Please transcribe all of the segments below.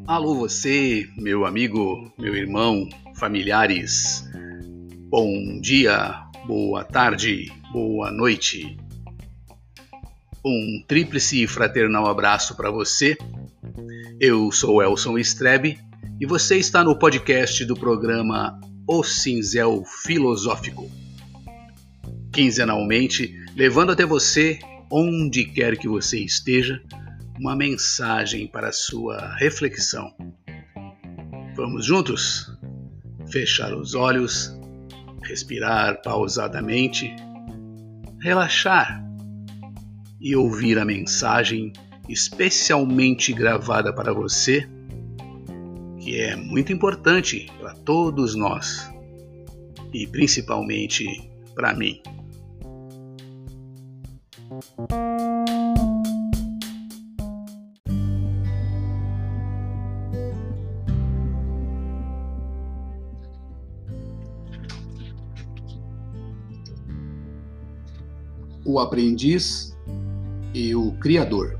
Alô você, meu amigo, meu irmão, familiares. Bom dia, boa tarde, boa noite. Um tríplice e fraternal abraço para você. Eu sou Elson Strebe e você está no podcast do programa O Cinzel Filosófico. Quinzenalmente, levando até você, onde quer que você esteja, uma mensagem para a sua reflexão. Vamos juntos? Fechar os olhos, respirar pausadamente, relaxar e ouvir a mensagem especialmente gravada para você, que é muito importante para todos nós e principalmente para mim. O aprendiz e o criador.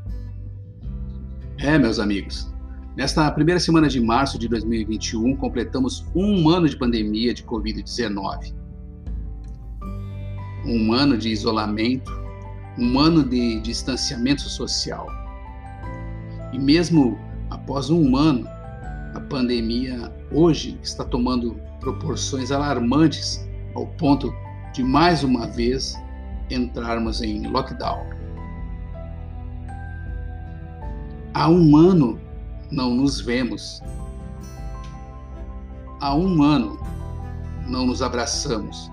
Meus amigos, nesta primeira semana de março de 2021, completamos um ano de pandemia de Covid-19. Um ano de isolamento, um ano de distanciamento social. E mesmo após um ano, a pandemia hoje está tomando proporções alarmantes ao ponto de, mais uma vez, entrarmos em lockdown. Há um ano não nos vemos. Há um ano não nos abraçamos.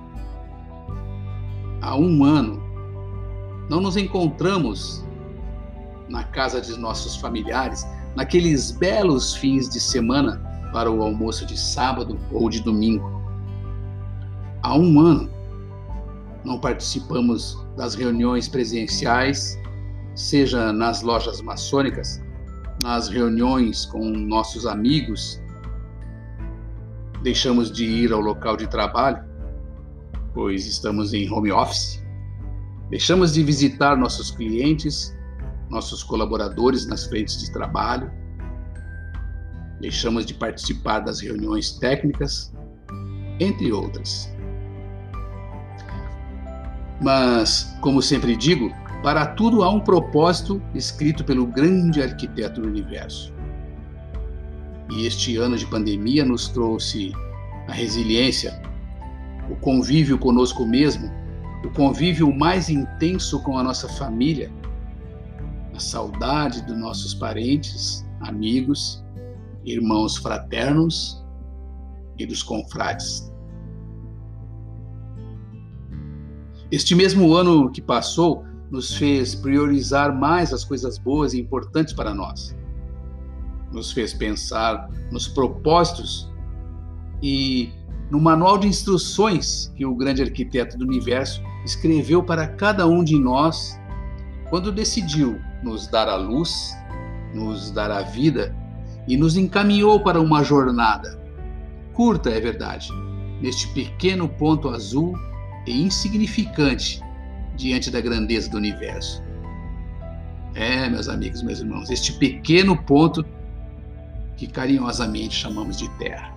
Há um ano não nos encontramos na casa de nossos familiares, naqueles belos fins de semana para o almoço de sábado ou de domingo. Há um ano não participamos das reuniões presenciais, seja nas lojas maçônicas, nas reuniões com nossos amigos. Deixamos de ir ao local de trabalho, pois estamos em home office. Deixamos de visitar nossos clientes, nossos colaboradores nas frentes de trabalho. Deixamos de participar das reuniões técnicas, entre outras. Mas, como sempre digo, para tudo há um propósito escrito pelo grande arquiteto do universo. E este ano de pandemia nos trouxe a resiliência, o convívio conosco mesmo, o convívio mais intenso com a nossa família, a saudade dos nossos parentes, amigos, irmãos fraternos e dos confrades. Este mesmo ano que passou nos fez priorizar mais as coisas boas e importantes para nós. Nos fez pensar nos propósitos e no manual de instruções que o grande arquiteto do universo escreveu para cada um de nós quando decidiu nos dar a luz, nos dar a vida e nos encaminhou para uma jornada curta, é verdade, neste pequeno ponto azul e insignificante diante da grandeza do universo. Meus amigos, meus irmãos, este pequeno ponto que carinhosamente chamamos de Terra.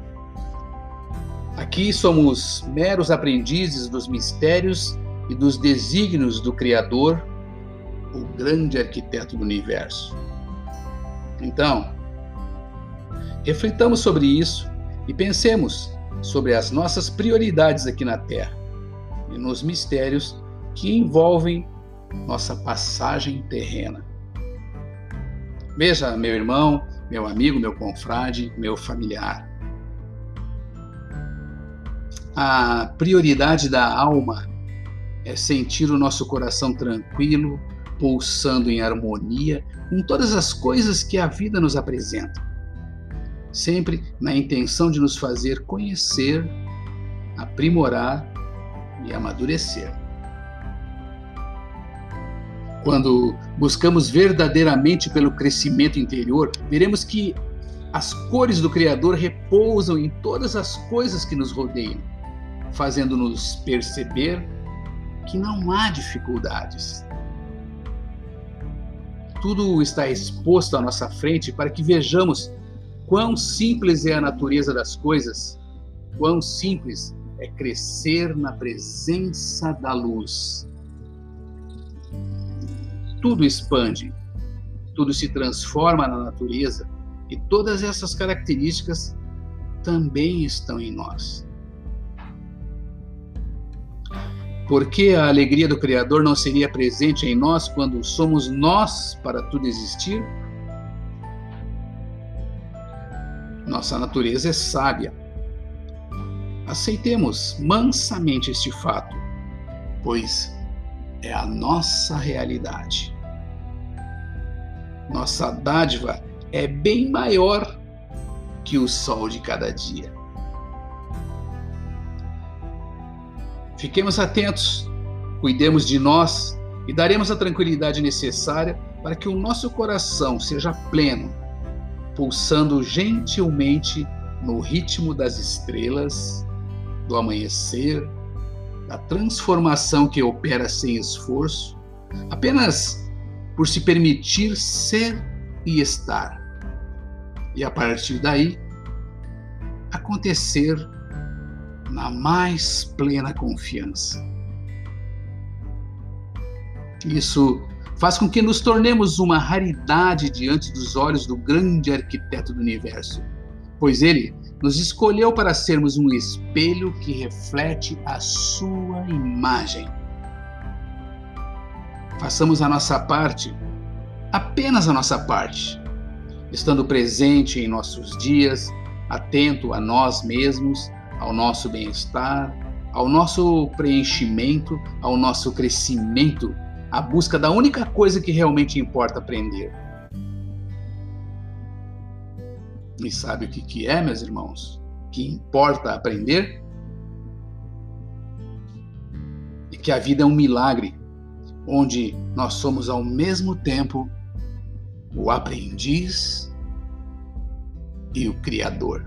Aqui somos meros aprendizes dos mistérios e dos desígnios do Criador, o grande arquiteto do universo. Então, reflitamos sobre isso e pensemos sobre as nossas prioridades aqui na Terra e nos mistérios que envolvem nossa passagem terrena. Veja, meu irmão, meu amigo, meu confrade, meu familiar. A prioridade da alma é sentir o nosso coração tranquilo, pulsando em harmonia com todas as coisas que a vida nos apresenta, sempre na intenção de nos fazer conhecer, aprimorar e amadurecer. Quando buscamos verdadeiramente pelo crescimento interior, veremos que as cores do Criador repousam em todas as coisas que nos rodeiam, fazendo-nos perceber que não há dificuldades. Tudo está exposto à nossa frente para que vejamos quão simples é a natureza das coisas, quão simples é crescer na presença da luz. Tudo expande, tudo se transforma na natureza e todas essas características também estão em nós. Por que a alegria do Criador não seria presente em nós quando somos nós para tudo existir? Nossa natureza é sábia. Aceitemos mansamente este fato, pois é a nossa realidade. Nossa dádiva é bem maior que o sol de cada dia. Fiquemos atentos, cuidemos de nós e daremos a tranquilidade necessária para que o nosso coração seja pleno, pulsando gentilmente no ritmo das estrelas, do amanhecer, da transformação que opera sem esforço, apenas por se permitir ser e estar. E a partir daí, acontecer na mais plena confiança. Isso faz com que nos tornemos uma raridade diante dos olhos do grande arquiteto do universo, pois ele nos escolheu para sermos um espelho que reflete a sua imagem. Façamos a nossa parte, apenas a nossa parte, estando presente em nossos dias, atento a nós mesmos, ao nosso bem-estar, ao nosso preenchimento, ao nosso crescimento, à busca da única coisa que realmente importa aprender. E sabe o que é, meus irmãos? Que importa aprender? É que a vida é um milagre, onde nós somos ao mesmo tempo o aprendiz e o Criador.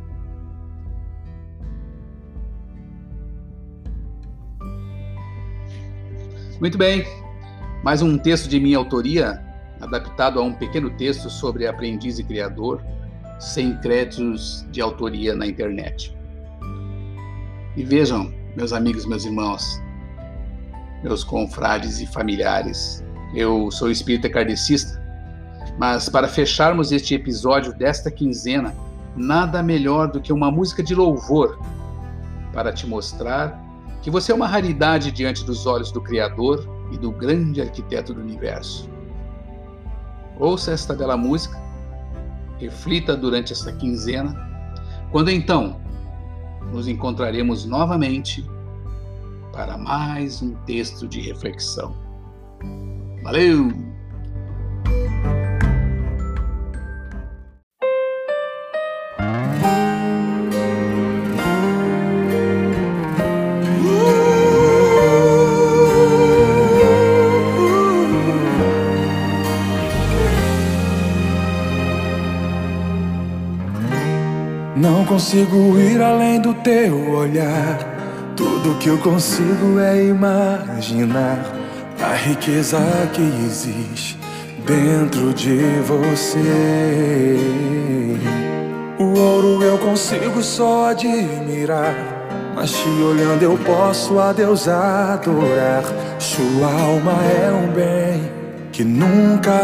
Muito bem, mais um texto de minha autoria, adaptado a um pequeno texto sobre aprendiz e criador, sem créditos de autoria na internet. E vejam, meus amigos, meus irmãos, meus confrades e familiares, eu sou espírita kardecista, mas para fecharmos este episódio desta quinzena, nada melhor do que uma música de louvor para te mostrar que você é uma raridade diante dos olhos do Criador e do grande arquiteto do universo. Ouça esta bela música, reflita durante esta quinzena, quando então nos encontraremos novamente para mais um texto de reflexão. Valeu! Não consigo ir além do teu olhar. Tudo que eu consigo é imaginar a riqueza que existe dentro de você. O ouro eu consigo só admirar, mas te olhando eu posso a Deus adorar. Sua alma é um bem que nunca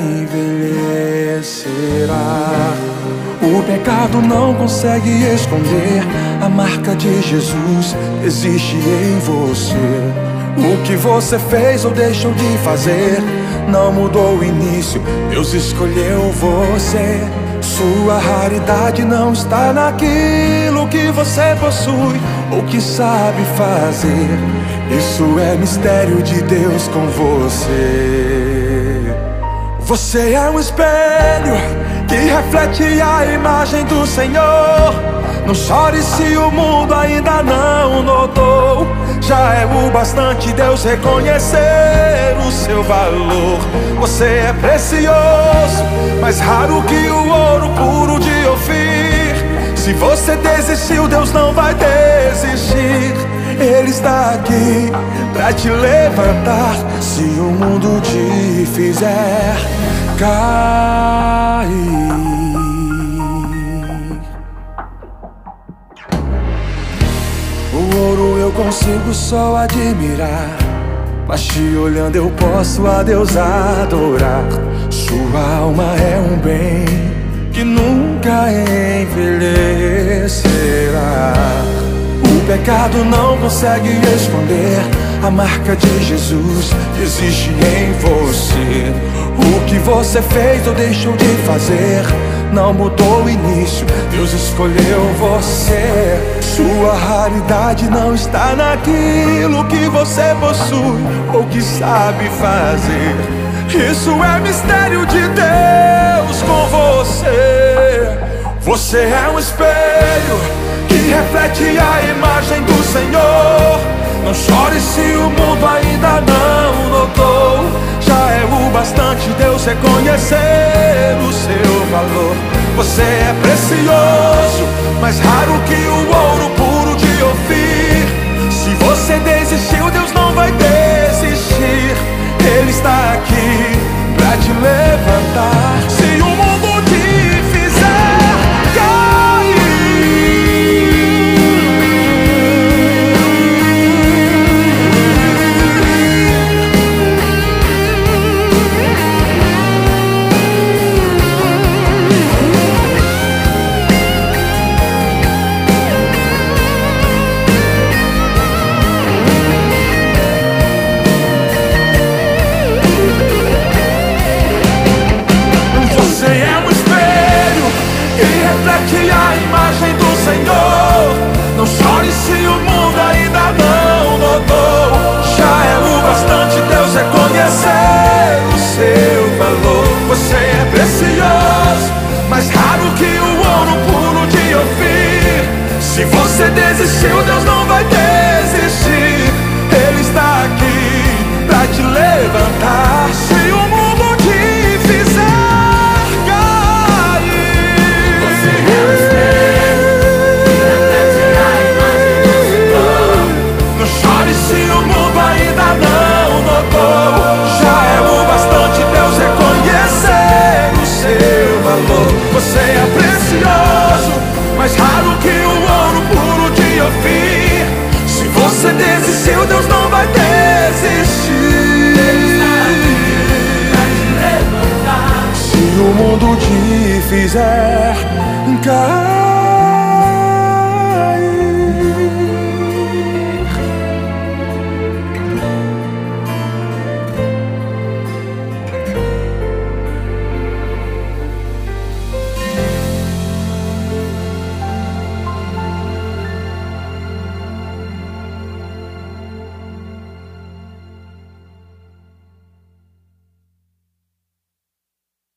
envelhecerá. O pecado não consegue esconder a marca de Jesus existe em você. O que você fez ou deixou de fazer não mudou o início, Deus escolheu você. Sua raridade não está naquilo que você possui ou que sabe fazer. Isso é mistério de Deus com você. Você é um espelho que reflete a imagem do Senhor. Não chore se o mundo ainda não notou. Já é o bastante Deus reconhecer o seu valor. Você é precioso, mais raro que o ouro puro de Ofir. Se você desistiu, Deus não vai desistir. Ele está aqui pra te levantar se o mundo te fizer cair. O ouro eu consigo só admirar, mas te olhando eu posso a Deus adorar. Sua alma é um bem que nunca envelhecerá. O pecado não consegue esconder a marca de Jesus que existe em você. O que você fez ou deixou de fazer não mudou o início, Deus escolheu você. Sua raridade não está naquilo que você possui ou que sabe fazer. Isso é mistério de Deus com você. Você é um espelho que reflete a imagem do Senhor. Não chore se o mundo ainda não notou. Já é o bastante Deus reconhecer o seu valor. Você é precioso, mais raro que o ouro puro de Ofir. Se você desistiu, Deus não vai desistir. Ele está aqui pra te levantar se o mundo te fizer reflete a imagem do Senhor. Não chore se o mundo ainda não notou. Já é o bastante Deus reconhecer o seu valor. Você é precioso, mais raro que o ouro puro de Ofir. Se você desistiu, Deus não vai desistir. Ele está aqui pra te levantar se o mundo te fizer. Se o mundo ainda não notou, já é o bastante Deus reconhecer o seu valor. Você é precioso, mais raro que o ouro puro de Ofir. Se você desistiu, Deus não vai desistir. Se o mundo te fizer cair.